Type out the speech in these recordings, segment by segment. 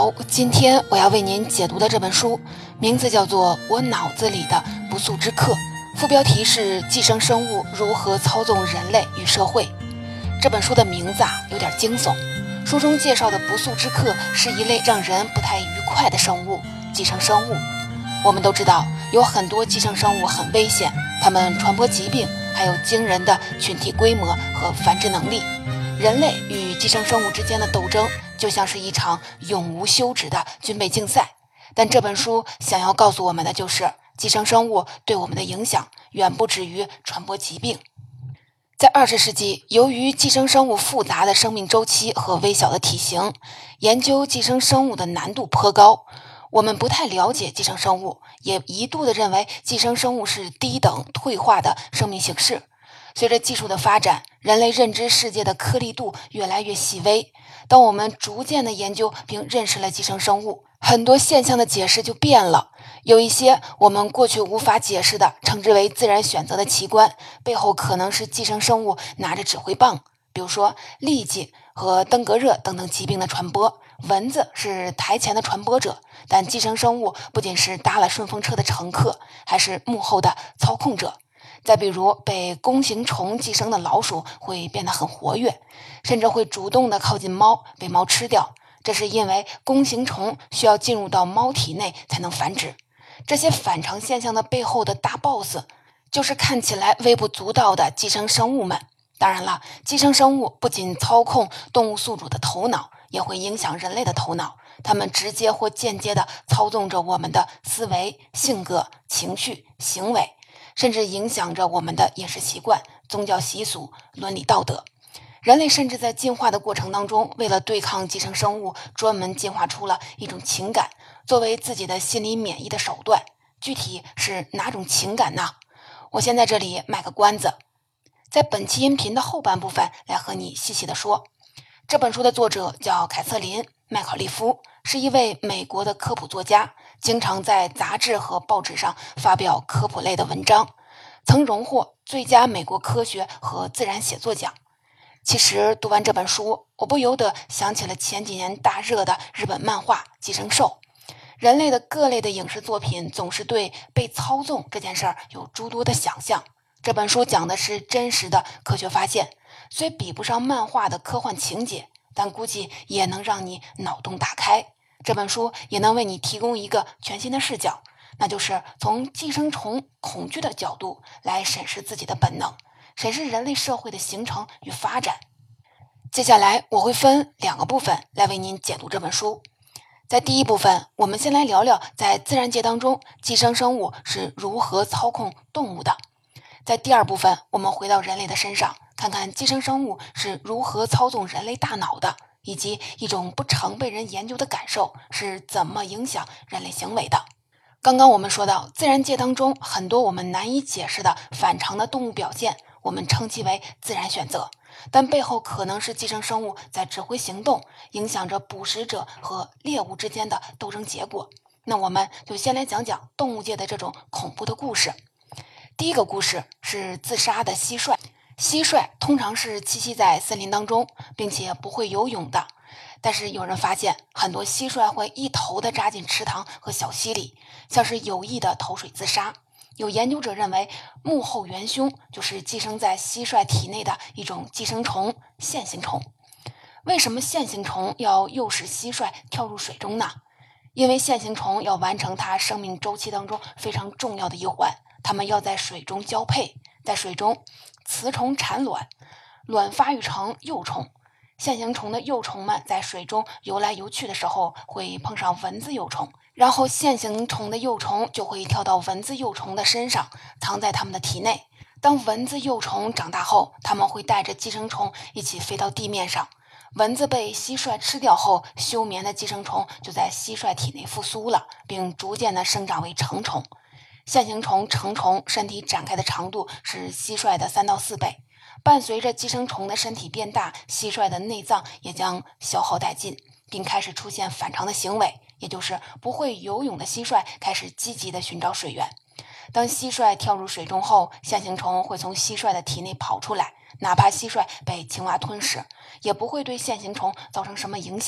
好，今天我要为您解读的这本书名字叫做《我脑子里的不速之客》，副标题是寄生生物如何操纵人类与社会。这本书的名字有点惊悚。书中介绍的不速之客是一类让人不太愉快的生物——寄生生物。我们都知道有很多寄生生物很危险，它们传播疾病，还有惊人的群体规模和繁殖能力。人类与寄生生物之间的斗争就像是一场永无休止的军备竞赛，但这本书想要告诉我们的就是寄生生物对我们的影响远不止于传播疾病。在20世纪，由于寄生生物复杂的生命周期和微小的体型，研究寄生生物的难度颇高。我们不太了解寄生生物，也一度的认为寄生生物是低等退化的生命形式。随着技术的发展，人类认知世界的颗粒度越来越细微。当我们逐渐的研究并认识了寄生生物，很多现象的解释就变了。有一些我们过去无法解释的，称之为自然选择的奇观，背后可能是寄生生物拿着指挥棒。比如说痢疾和登革热等等疾病的传播，蚊子是台前的传播者，但寄生生物不仅是搭了顺风车的乘客，还是幕后的操控者。再比如被弓形虫寄生的老鼠会变得很活跃，甚至会主动的靠近猫，被猫吃掉。这是因为弓形虫需要进入到猫体内才能繁殖。这些反常现象的背后的大 boss 就是看起来微不足道的寄生生物们。当然了，寄生生物不仅操控动物宿主的头脑，也会影响人类的头脑。它们直接或间接地操纵着我们的思维、性格、情绪、行为，甚至影响着我们的饮食习惯、宗教习俗、伦理道德。人类甚至在进化的过程当中，为了对抗寄生生物，专门进化出了一种情感，作为自己的心理免疫的手段。具体是哪种情感呢？我先在这里卖个关子，在本期音频的后半部分来和你细细的说。这本书的作者叫凯瑟琳·麦考利夫，是一位美国的科普作家，经常在杂志和报纸上发表科普类的文章，曾荣获最佳美国科学和自然写作奖。其实读完这本书，我不由得想起了前几年大热的日本漫画《寄生兽》。人类的各类的影视作品总是对被操纵这件事儿有诸多的想象。这本书讲的是真实的科学发现，虽比不上漫画的科幻情节，但估计也能让你脑洞大开。这本书也能为你提供一个全新的视角，那就是从寄生虫恐惧的角度来审视自己的本能，审视人类社会的形成与发展。接下来我会分2个部分来为您解读这本书。在第一部分，我们先来聊聊在自然界当中寄生生物是如何操控动物的。在第2部分，我们回到人类的身上，看看寄生生物是如何操纵人类大脑的，以及一种不常被人研究的感受是怎么影响人类行为的。刚刚我们说到，自然界当中很多我们难以解释的反常的动物表现，我们称其为自然选择，但背后可能是寄生生物在指挥行动，影响着捕食者和猎物之间的斗争结果。那我们就先来讲讲动物界的这种恐怖的故事。第一个故事是自杀的蟋蟀。蟋蟀通常是栖息在森林当中，并且不会游泳的。但是有人发现，很多蟋蟀会一头的扎进池塘和小溪里，像是有意的投水自杀。有研究者认为，幕后元凶就是寄生在蟋蟀体内的一种寄生虫——线形虫。为什么线形虫要诱使蟋蟀跳入水中呢？因为线形虫要完成它生命周期当中非常重要的一环，它们要在水中交配，在水中雌虫产卵，卵发育成幼虫。线形虫的幼虫们在水中游来游去的时候，会碰上蚊子幼虫，然后线形虫的幼虫就会跳到蚊子幼虫的身上，藏在它们的体内。当蚊子幼虫长大后，它们会带着寄生虫一起飞到地面上。蚊子被蟋蟀吃掉后，休眠的寄生虫就在蟋蟀体内复苏了，并逐渐的生长为成虫。线形虫成虫身体展开的长度是蟋蟀的3到4倍。伴随着寄生虫的身体变大，蟋蟀的内脏也将消耗殆尽，并开始出现反常的行为，也就是不会游泳的蟋蟀开始积极地寻找水源。当蟋蟀跳入水中后，线形虫会从蟋蟀的体内跑出来，哪怕蟋蟀被青蛙吞噬，也不会对线形虫造成什么影响。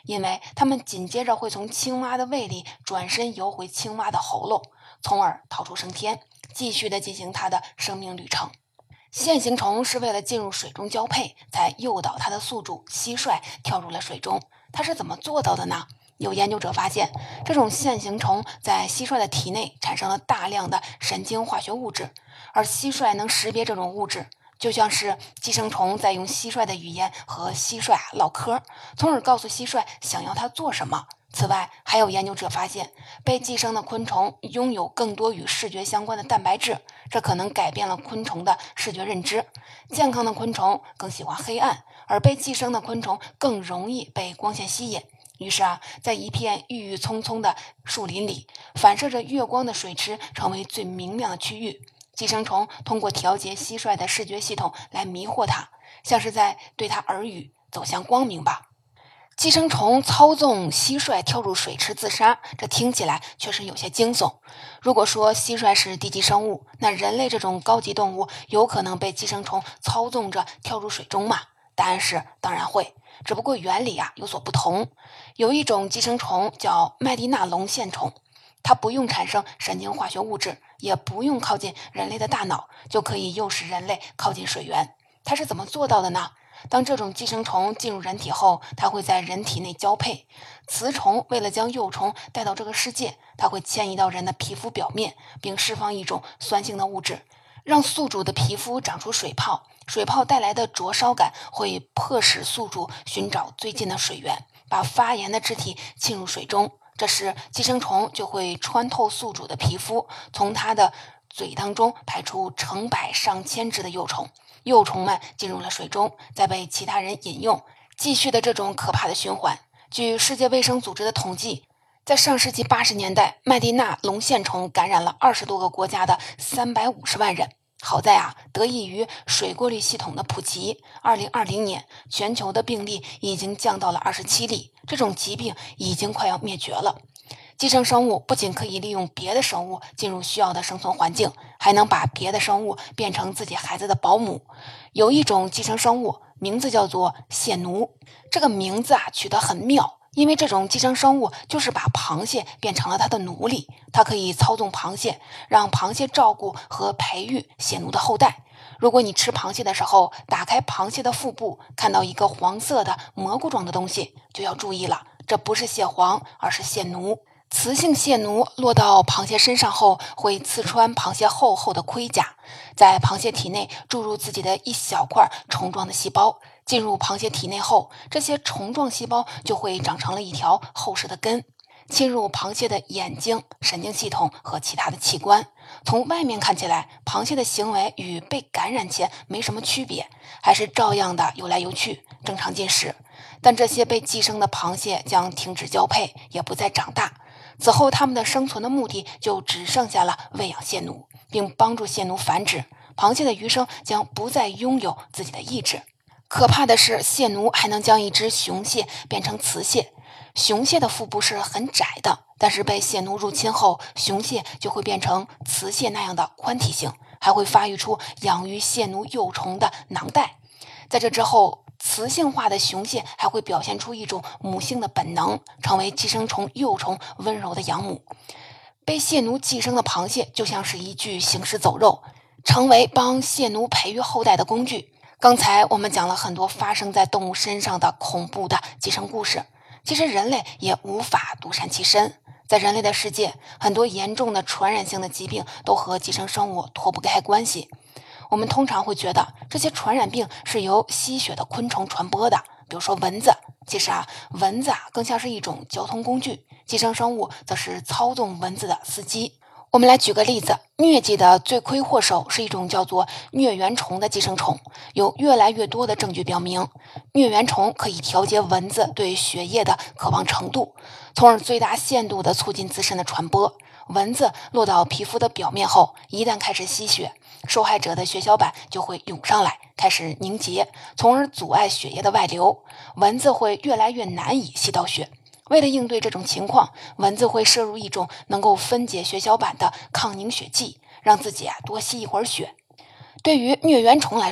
因为它们紧接着会从青蛙的胃里转身游回青蛙的喉咙，从而逃出升天，继续的进行它的生命旅程。线形虫是为了进入水中交配，才诱导它的宿主蟋蟀跳入了水中。它是怎么做到的呢？有研究者发现，这种线形虫在蟋蟀的体内产生了大量的神经化学物质，而蟋蟀能识别这种物质，就像是寄生虫在用蟋蟀的语言和蟋蟀唠嗑，从而告诉蟋蟀想要它做什么。此外，还有研究者发现，被寄生的昆虫拥有更多与视觉相关的蛋白质，这可能改变了昆虫的视觉认知。健康的昆虫更喜欢黑暗，而被寄生的昆虫更容易被光线吸引。于是在一片郁郁葱葱的树林里，反射着月光的水池成为最明亮的区域。寄生虫通过调节蟋蟀的视觉系统来迷惑它，像是在对它耳语，走向光明吧。寄生虫操纵蟋蟀跳入水池自杀，这听起来确实有些惊悚。如果说蟋蟀是低级生物，那人类这种高级动物有可能被寄生虫操纵着跳入水中吗？答案是当然会，只不过原理有所不同。有一种寄生虫叫麦地那龙线虫，它不用产生神经化学物质，也不用靠近人类的大脑，就可以诱使人类靠近水源。它是怎么做到的呢？当这种寄生虫进入人体后，它会在人体内交配。雌虫为了将幼虫带到这个世界，它会迁移到人的皮肤表面，并释放一种酸性的物质，让宿主的皮肤长出水泡。水泡带来的灼烧感会迫使宿主寻找最近的水源，把发炎的肢体浸入水中。这时寄生虫就会穿透宿主的皮肤，从它的嘴当中排出成百上千只的幼虫。幼虫们进入了水中，再被其他人饮用，继续的这种可怕的循环。据世界卫生组织的统计，在上世纪80年代，麦地那龙线虫感染了20多个国家的350万人。好在得益于水过滤系统的普及，2020年全球的病例已经降到了27例，这种疾病已经快要灭绝了。寄生生物不仅可以利用别的生物进入需要的生存环境，还能把别的生物变成自己孩子的保姆。有一种寄生生物，名字叫做蟹奴，这个名字取得很妙，因为这种寄生生物就是把螃蟹变成了它的奴隶，它可以操纵螃蟹，让螃蟹照顾和培育蟹奴的后代。如果你吃螃蟹的时候打开螃蟹的腹部，看到一个黄色的蘑菇状的东西，就要注意了，这不是蟹黄，而是蟹奴。雌性蟹奴落到螃蟹身上后，会刺穿螃蟹厚厚的盔甲，在螃蟹体内注入自己的一小块虫状的细胞。进入螃蟹体内后，这些虫状细胞就会长成了一条厚实的根，侵入螃蟹的眼睛、神经系统和其他的器官。从外面看起来，螃蟹的行为与被感染前没什么区别，还是照样的游来游去，正常进食。但这些被寄生的螃蟹将停止交配，也不再长大。此后，它们的生存的目的就只剩下了喂养蟹奴，并帮助蟹奴繁殖。螃蟹的余生将不再拥有自己的意志。可怕的是，蟹奴还能将一只雄蟹变成雌蟹。雄蟹的腹部是很窄的，但是被蟹奴入侵后，雄蟹就会变成雌蟹那样的宽体型，还会发育出养育蟹奴幼虫的囊袋。在这之后，雌性化的雄蟹还会表现出一种母性的本能，成为寄生虫幼虫温柔的养母。被蟹奴寄生的螃蟹就像是一具行尸走肉，成为帮蟹奴培育后代的工具。刚才我们讲了很多发生在动物身上的恐怖的寄生故事，其实人类也无法独善其身。在人类的世界，很多严重的传染性的疾病都和寄生生物脱不开关系。我们通常会觉得这些传染病是由吸血的昆虫传播的，比如说蚊子。其实蚊子更像是一种交通工具，寄生生物则是操纵蚊子的司机。我们来举个例子，疟疾的罪魁祸首是一种叫做疟原虫的寄生虫。有越来越多的证据表明，疟原虫可以调节蚊子对血液的渴望程度，从而最大限度地促进自身的传播。蚊子落到皮肤的表面后，一旦开始吸血，受害者的血小板就会涌上来，开始凝结，从而阻碍血液的外流，蚊子会越来越难以吸到血。为了应对这种情况，蚊子会摄入一种能够分解血小板的抗凝血剂，让自己多吸一会儿血。对于疟原虫来说，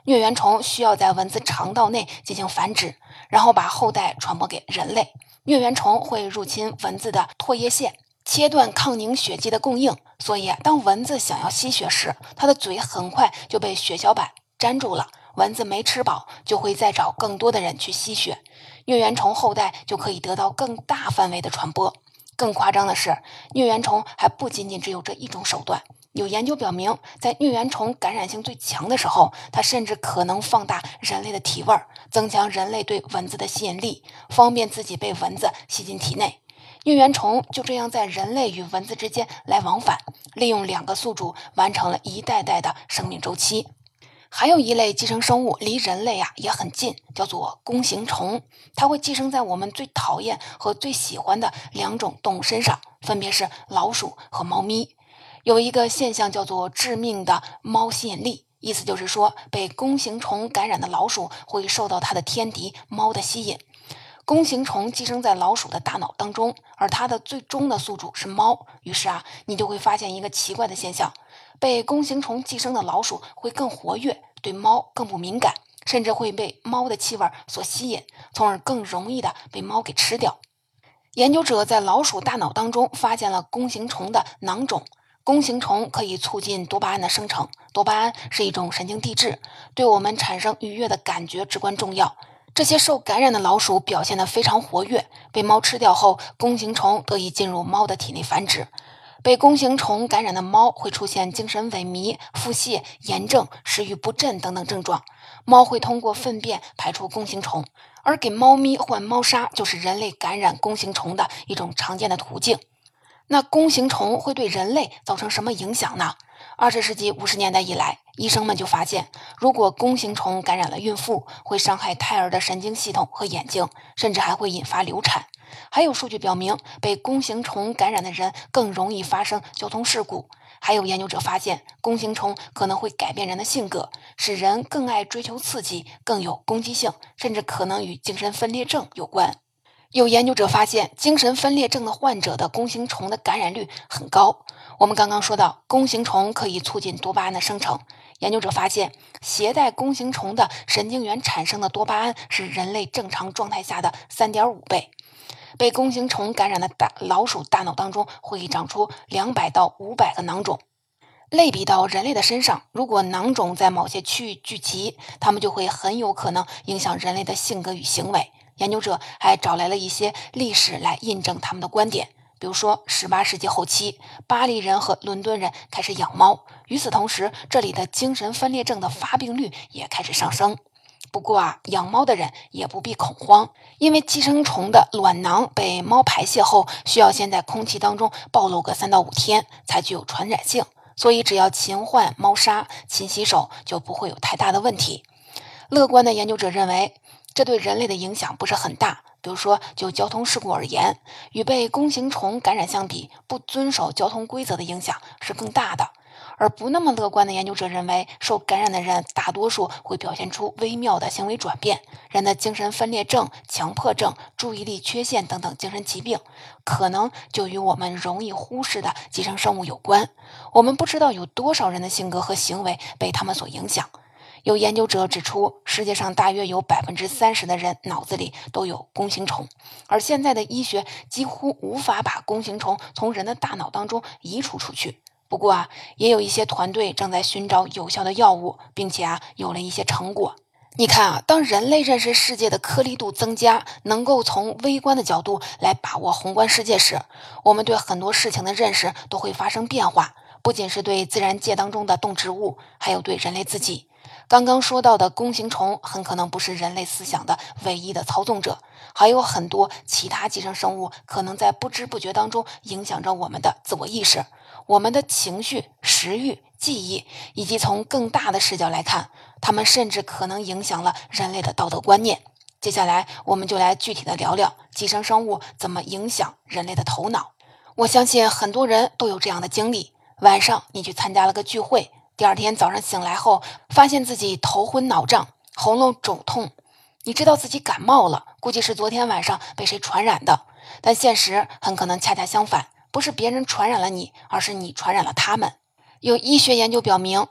疟原虫需要在蚊子肠道内进行繁殖，然后把后代传播给人类。疟原虫会入侵蚊子的唾液腺，切断抗凝血剂的供应，所以当蚊子想要吸血时，它的嘴很快就被血小板粘住了。蚊子没吃饱，就会再找更多的人去吸血，疟原虫后代就可以得到更大范围的传播。更夸张的是，疟原虫还不仅仅只有这一种手段。有研究表明，在疟原虫感染性最强的时候，它甚至可能放大人类的体味，增强人类对蚊子的吸引力，方便自己被蚊子吸进体内。疟原虫就这样在人类与蚊子之间来往返，利用2个宿主完成了一代代的生命周期。还有一类寄生生物离人类也很近，叫做弓形虫。它会寄生在我们最讨厌和最喜欢的2种动物身上，分别是老鼠和猫咪。有一个现象叫做致命的猫吸引力，意思就是说，被弓形虫感染的老鼠会受到它的天敌猫的吸引。弓形虫寄生在老鼠的大脑当中，而它的最终的宿主是猫。于是你就会发现一个奇怪的现象，被弓形虫寄生的老鼠会更活跃，对猫更不敏感，甚至会被猫的气味所吸引，从而更容易的被猫给吃掉。研究者在老鼠大脑当中发现了弓形虫的囊肿。弓形虫可以促进多巴胺的生成，多巴胺是一种神经递质，对我们产生愉悦的感觉至关重要。这些受感染的老鼠表现得非常活跃，被猫吃掉后，弓形虫得以进入猫的体内繁殖。被弓形虫感染的猫会出现精神萎靡、腹泻、炎症、食欲不振等等症状。猫会通过粪便排出弓形虫，而给猫咪换猫砂就是人类感染弓形虫的一种常见的途径。那弓形虫会对人类造成什么影响呢？20世纪50年代以来，医生们就发现，如果弓形虫感染了孕妇，会伤害胎儿的神经系统和眼睛，甚至还会引发流产。还有数据表明，被弓形虫感染的人更容易发生交通事故。还有研究者发现，弓形虫可能会改变人的性格，使人更爱追求刺激，更有攻击性，甚至可能与精神分裂症有关。有研究者发现，精神分裂症的患者的弓形虫的感染率很高。我们刚刚说到，弓形虫可以促进多巴胺的生成。研究者发现，携带弓形虫的神经元产生的多巴胺是人类正常状态下的 3.5 倍。被弓形虫感染的老鼠大脑当中会长出200到500个囊肿。类比到人类的身上，如果囊肿在某些区域聚集，它们就会很有可能影响人类的性格与行为。研究者还找来了一些历史来印证他们的观点，比如说18世纪后期，巴黎人和伦敦人开始养猫，与此同时，这里的精神分裂症的发病率也开始上升。不过养猫的人也不必恐慌，因为寄生虫的卵囊被猫排泄后，需要先在空气当中暴露个3到5天，才具有传染性，所以只要勤换猫砂、勤洗手，就不会有太大的问题。乐观的研究者认为，这对人类的影响不是很大。比如说，就交通事故而言，与被弓形虫感染相比，不遵守交通规则的影响是更大的。而不那么乐观的研究者认为，受感染的人大多数会表现出微妙的行为转变，人的精神分裂症、强迫症、注意力缺陷等等精神疾病，可能就与我们容易忽视的寄生生物有关。我们不知道有多少人的性格和行为被他们所影响。有研究者指出，世界上大约有30%的人脑子里都有弓形虫，而现在的医学几乎无法把弓形虫从人的大脑当中移除出去。不过也有一些团队正在寻找有效的药物，并且有了一些成果。你看当人类认识世界的颗粒度增加，能够从微观的角度来把握宏观世界时，我们对很多事情的认识都会发生变化，不仅是对自然界当中的动植物，还有对人类自己。刚刚说到的弓形虫很可能不是人类思想的唯一的操纵者，还有很多其他寄生生物可能在不知不觉当中影响着我们的自我意识、我们的情绪、食欲、记忆，以及从更大的视角来看，它们甚至可能影响了人类的道德观念。接下来我们就来具体的聊聊寄生生物怎么影响人类的头脑。我相信很多人都有这样的经历，晚上你去参加了个聚会，第二天早上醒来后，发现自己头昏脑胀，喉咙肿痛，你知道自己感冒了，估计是昨天晚上被谁传染的。但现实很可能恰恰相反，不是别人传染了你，而是你传染了他们。有医学研究表明，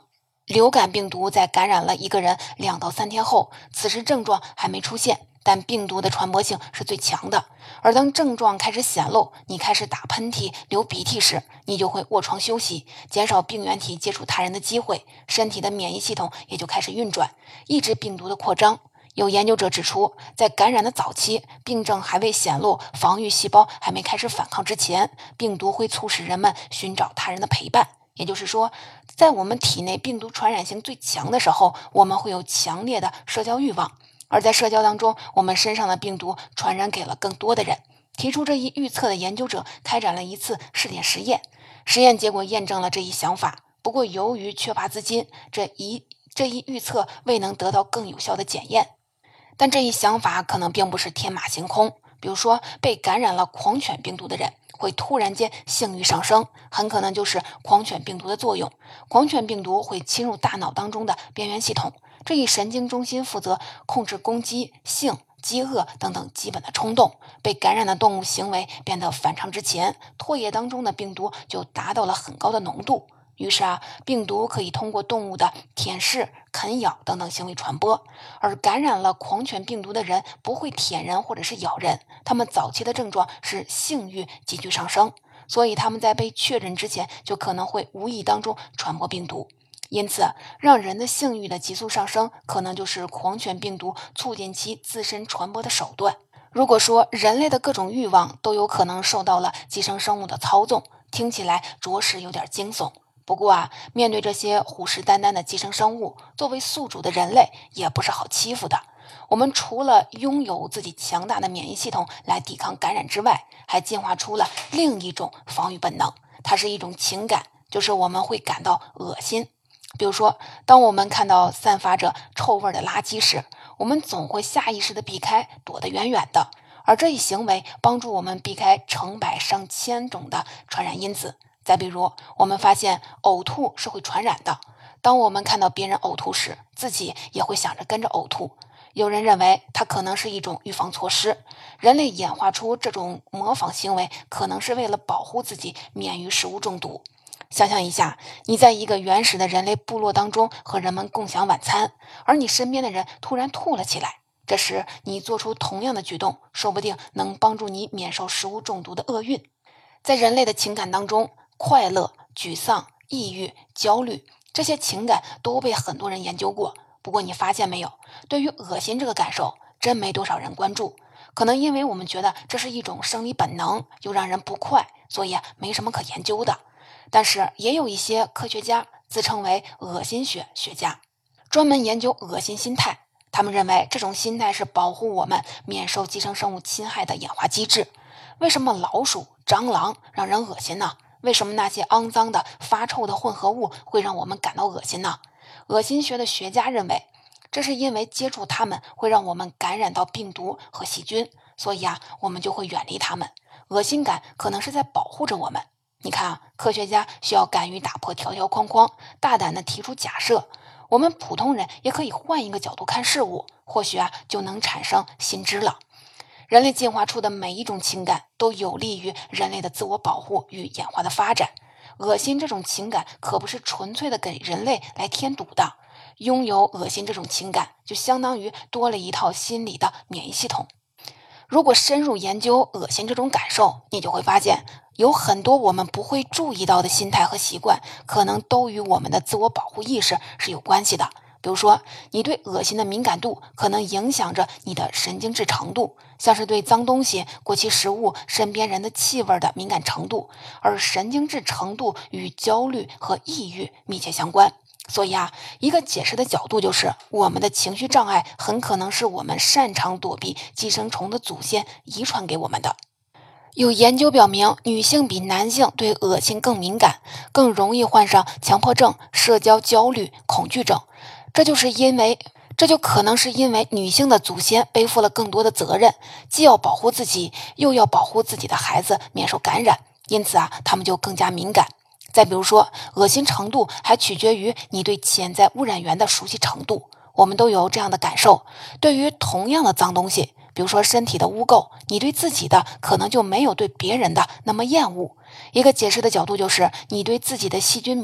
流感病毒在感染了一个人2到3天后，此时症状还没出现，但病毒的传播性是最强的。而当症状开始显露，你开始打喷嚏、流鼻涕时，你就会卧床休息，减少病原体接触他人的机会，身体的免疫系统也就开始运转，抑制病毒的扩张。有研究者指出，在感染的早期，病症还未显露，防御细胞还没开始反抗之前，病毒会促使人们寻找他人的陪伴。也就是说，在我们体内病毒传染性最强的时候，我们会有强烈的社交欲望，而在社交当中，我们身上的病毒传染给了更多的人。提出这一预测的研究者开展了一次试点实验，实验结果验证了这一想法。不过，由于缺乏资金，这一预测未能得到更有效的检验。但这一想法可能并不是天马行空。比如说，被感染了狂犬病毒的人会突然间性欲上升，很可能就是狂犬病毒的作用。狂犬病毒会侵入大脑当中的边缘系统，这一神经中心负责控制攻击、性、饥饿等等基本的冲动。被感染的动物行为变得反常之前，唾液当中的病毒就达到了很高的浓度。于是病毒可以通过动物的舔舐、啃咬等等行为传播，而感染了狂犬病毒的人不会舔人或者是咬人，他们早期的症状是性欲急剧上升，所以他们在被确诊之前就可能会无意当中传播病毒。因此，让人的性欲的急速上升，可能就是狂犬病毒促进其自身传播的手段。如果说人类的各种欲望都有可能受到了寄生生物的操纵，听起来着实有点惊悚。不过面对这些虎视眈眈的寄生生物，作为宿主的人类也不是好欺负的。我们除了拥有自己强大的免疫系统来抵抗感染之外，还进化出了另一种防御本能，它是一种情感，就是我们会感到恶心。比如说，当我们看到散发着臭味的垃圾时，我们总会下意识地避开，躲得远远的。而这一行为帮助我们避开成百上千种的传染因子。再比如，我们发现呕吐是会传染的。当我们看到别人呕吐时，自己也会想着跟着呕吐。有人认为它可能是一种预防措施。人类演化出这种模仿行为，可能是为了保护自己免于食物中毒。想象一下，你在一个原始的人类部落当中和人们共享晚餐，而你身边的人突然吐了起来。这时你做出同样的举动，说不定能帮助你免受食物中毒的厄运。在人类的情感当中，快乐、沮丧、抑郁、焦虑，这些情感都被很多人研究过。不过你发现没有，对于恶心这个感受，真没多少人关注。可能因为我们觉得这是一种生理本能，又让人不快，所以没什么可研究的。但是也有一些科学家自称为恶心学学家，专门研究恶心心态。他们认为这种心态是保护我们免受寄生生物侵害的演化机制。为什么老鼠、蟑螂让人恶心呢？为什么那些肮脏的、发臭的混合物会让我们感到恶心呢？恶心学的学家认为，这是因为接触它们会让我们感染到病毒和细菌，所以我们就会远离它们。恶心感可能是在保护着我们。你看科学家需要敢于打破条条框框，大胆地提出假设。我们普通人也可以换一个角度看事物，或许就能产生新知了。人类进化出的每一种情感都有利于人类的自我保护与演化的发展。恶心这种情感可不是纯粹的给人类来添堵的，拥有恶心这种情感就相当于多了一套心理的免疫系统。如果深入研究恶心这种感受，你就会发现有很多我们不会注意到的心态和习惯，可能都与我们的自我保护意识是有关系的。比如说，你对恶心的敏感度可能影响着你的神经质程度，像是对脏东西、过期食物、身边人的气味的敏感程度，而神经质程度与焦虑和抑郁密切相关。所以一个解释的角度就是，我们的情绪障碍很可能是我们擅长躲避寄生虫的祖先遗传给我们的。有研究表明，女性比男性对恶心更敏感，更容易患上强迫症、社交焦虑、恐惧症。这就可能是因为女性的祖先背负了更多的责任，既要保护自己，又要保护自己的孩子免受感染，因此他们就更加敏感。再比如说，恶心程度还取决于你对潜在污染源的熟悉程度。我们都有这样的感受，对于同样的脏东西，比如说身体的污垢，你对自己的可能就没有对别人的那么厌恶。一个解释的角度就是，你对自己的细菌免疫，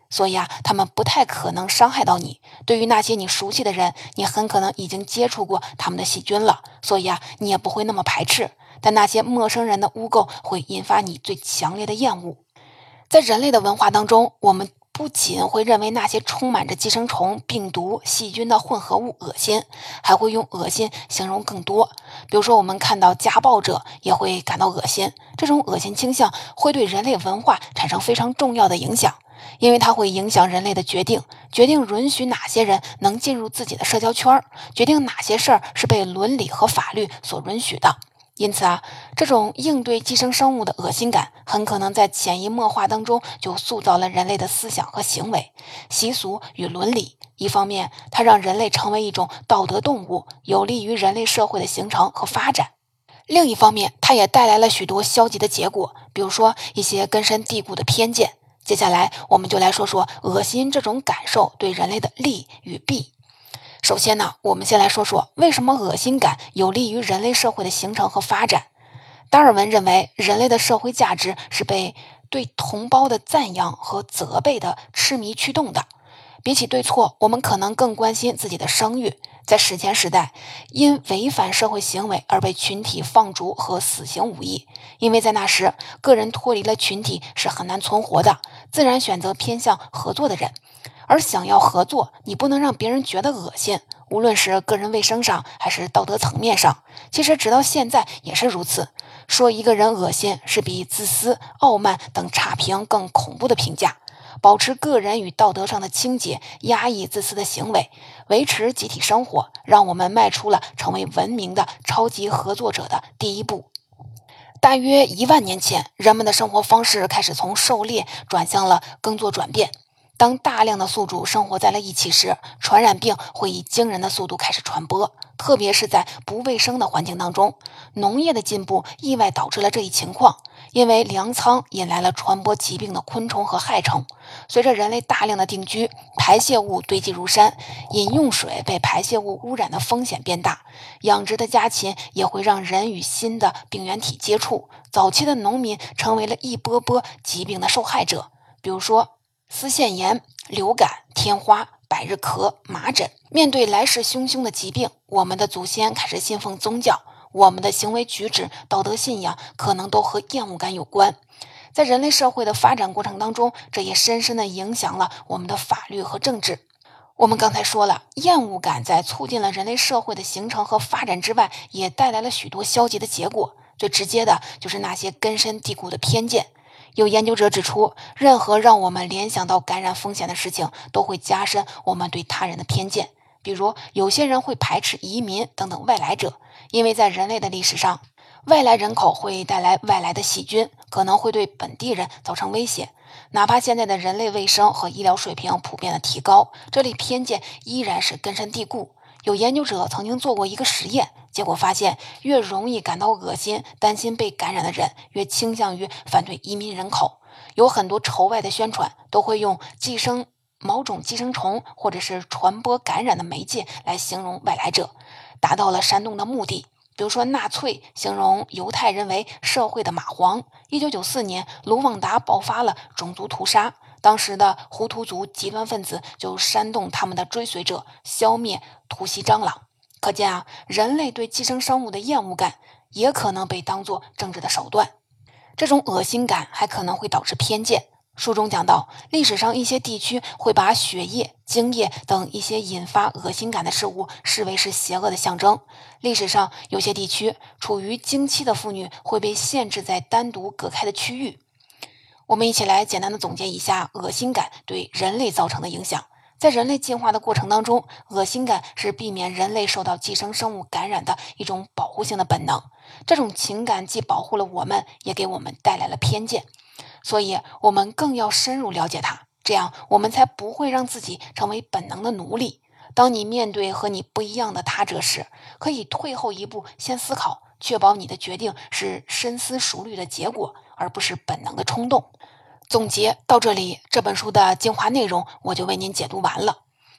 所以他们不太可能伤害到你。对于那些你熟悉的人，你很可能已经接触过他们的细菌了，所以你也不会那么排斥。但那些陌生人的污垢会引发你最强烈的厌恶。在人类的文化当中，我们不仅会认为那些充满着寄生虫、病毒、细菌的混合物恶心，还会用恶心形容更多。比如说，我们看到家暴者也会感到恶心，这种恶心倾向会对人类文化产生非常重要的影响，因为它会影响人类的决定允许哪些人能进入自己的社交圈，决定哪些事儿是被伦理和法律所允许的。因此这种应对寄生生物的恶心感很可能在潜移默化当中就塑造了人类的思想和行为、习俗与伦理。一方面，它让人类成为一种道德动物，有利于人类社会的形成和发展；另一方面，它也带来了许多消极的结果，比如说一些根深蒂固的偏见。接下来，我们就来说说恶心这种感受对人类的利与弊。首先我们先来说说为什么恶心感有利于人类社会的形成和发展。达尔文认为，人类的社会价值是被对同胞的赞扬和责备的痴迷驱动的。比起对错，我们可能更关心自己的声誉。在史前时代，因违反社会行为而被群体放逐和死刑无异，因为在那时，个人脱离了群体是很难存活的，自然选择偏向合作的人。而想要合作，你不能让别人觉得恶心，无论是个人卫生上还是道德层面上，其实直到现在也是如此。说一个人恶心是比自私、傲慢等差评更恐怖的评价。保持个人与道德上的清洁，压抑自私的行为，维持集体生活，让我们迈出了成为文明的超级合作者的第一步。大约1万年前，人们的生活方式开始从狩猎转向了耕作转变。当大量的宿主生活在了一起时，传染病会以惊人的速度开始传播，特别是在不卫生的环境当中。农业的进步意外导致了这一情况，因为粮仓引来了传播疾病的昆虫和害虫。随着人类大量的定居，排泄物堆积如山，饮用水被排泄物污染的风险变大，养殖的家禽也会让人与新的病原体接触。早期的农民成为了一波波疾病的受害者，比如说丝线炎、流感、天花、百日咳、麻疹。面对来势汹汹的疾病，我们的祖先开始信奉宗教，我们的行为举止、道德信仰可能都和厌恶感有关。在人类社会的发展过程当中，这也深深地影响了我们的法律和政治。我们刚才说了，厌恶感在促进了人类社会的形成和发展之外，也带来了许多消极的结果。最直接的就是那些根深蒂固的偏见。有研究者指出，任何让我们联想到感染风险的事情，都会加深我们对他人的偏见。比如，有些人会排斥移民等等外来者，因为在人类的历史上，外来人口会带来外来的细菌，可能会对本地人造成威胁。哪怕现在的人类卫生和医疗水平普遍的提高，这类偏见依然是根深蒂固。有研究者曾经做过一个实验，结果发现，越容易感到恶心、担心被感染的人，越倾向于反对移民人口。有很多仇外的宣传都会用某种寄生虫或者是传播感染的媒介来形容外来者，达到了煽动的目的。比如说，纳粹形容犹太人为社会的蚂蟥。1994年，卢旺达爆发了种族屠杀，当时的胡图族极端分子就煽动他们的追随者消灭突袭蟑螂。可见人类对寄生生物的厌恶感也可能被当作政治的手段。这种恶心感还可能会导致偏见。书中讲到，历史上一些地区会把血液、精液等一些引发恶心感的事物视为是邪恶的象征。历史上有些地区处于经期的妇女会被限制在单独隔开的区域。我们一起来简单的总结一下恶心感对人类造成的影响。在人类进化的过程当中，恶心感是避免人类受到寄生生物感染的一种保护性的本能。这种情感既保护了我们，也给我们带来了偏见。所以我们更要深入了解它，这样我们才不会让自己成为本能的奴隶。当你面对和你不一样的他者时，可以退后一步，先思考，确保你的决定是深思熟虑的结果，而不是本能的冲动。总结到这里，这本书的精华内容我就为您解读完了。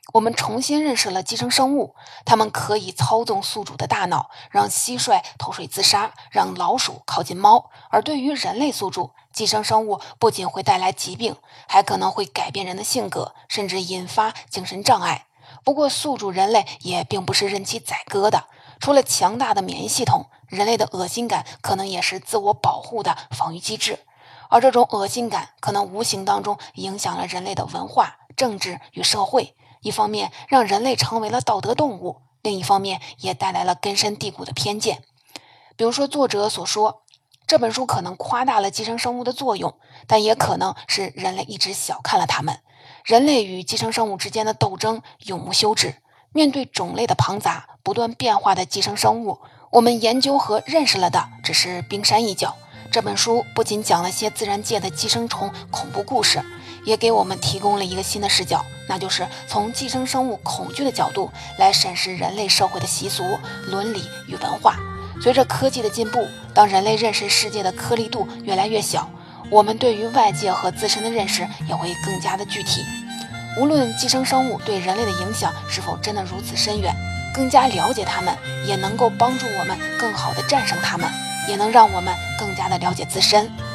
我们重新认识了寄生生物，它们可以操纵宿主的大脑，让蟋蟀投水自杀，让老鼠靠近猫。而对于人类宿主，寄生生物不仅会带来疾病，还可能会改变人的性格，甚至引发精神障碍。不过，宿主人类也并不是任其宰割的。除了强大的免疫系统，人类的恶心感可能也是自我保护的防御机制。而这种恶心感可能无形当中影响了人类的文化、政治与社会。一方面让人类成为了道德动物，另一方面也带来了根深蒂固的偏见。比如说作者所说，这本书可能夸大了寄生生物的作用，但也可能是人类一直小看了它们。人类与寄生生物之间的斗争永无休止。面对种类的庞杂、不断变化的寄生生物，我们研究和认识了的只是冰山一角。这本书不仅讲了些自然界的寄生虫恐怖故事，也给我们提供了一个新的视角，那就是从寄生生物恐惧的角度来审视人类社会的习俗、伦理与文化。随着科技的进步，当人类认识世界的颗粒度越来越小，我们对于外界和自身的认识也会更加的具体。无论寄生生物对人类的影响是否真的如此深远，更加了解它们，也能够帮助我们更好地战胜它们，也能让我们更加的了解自身。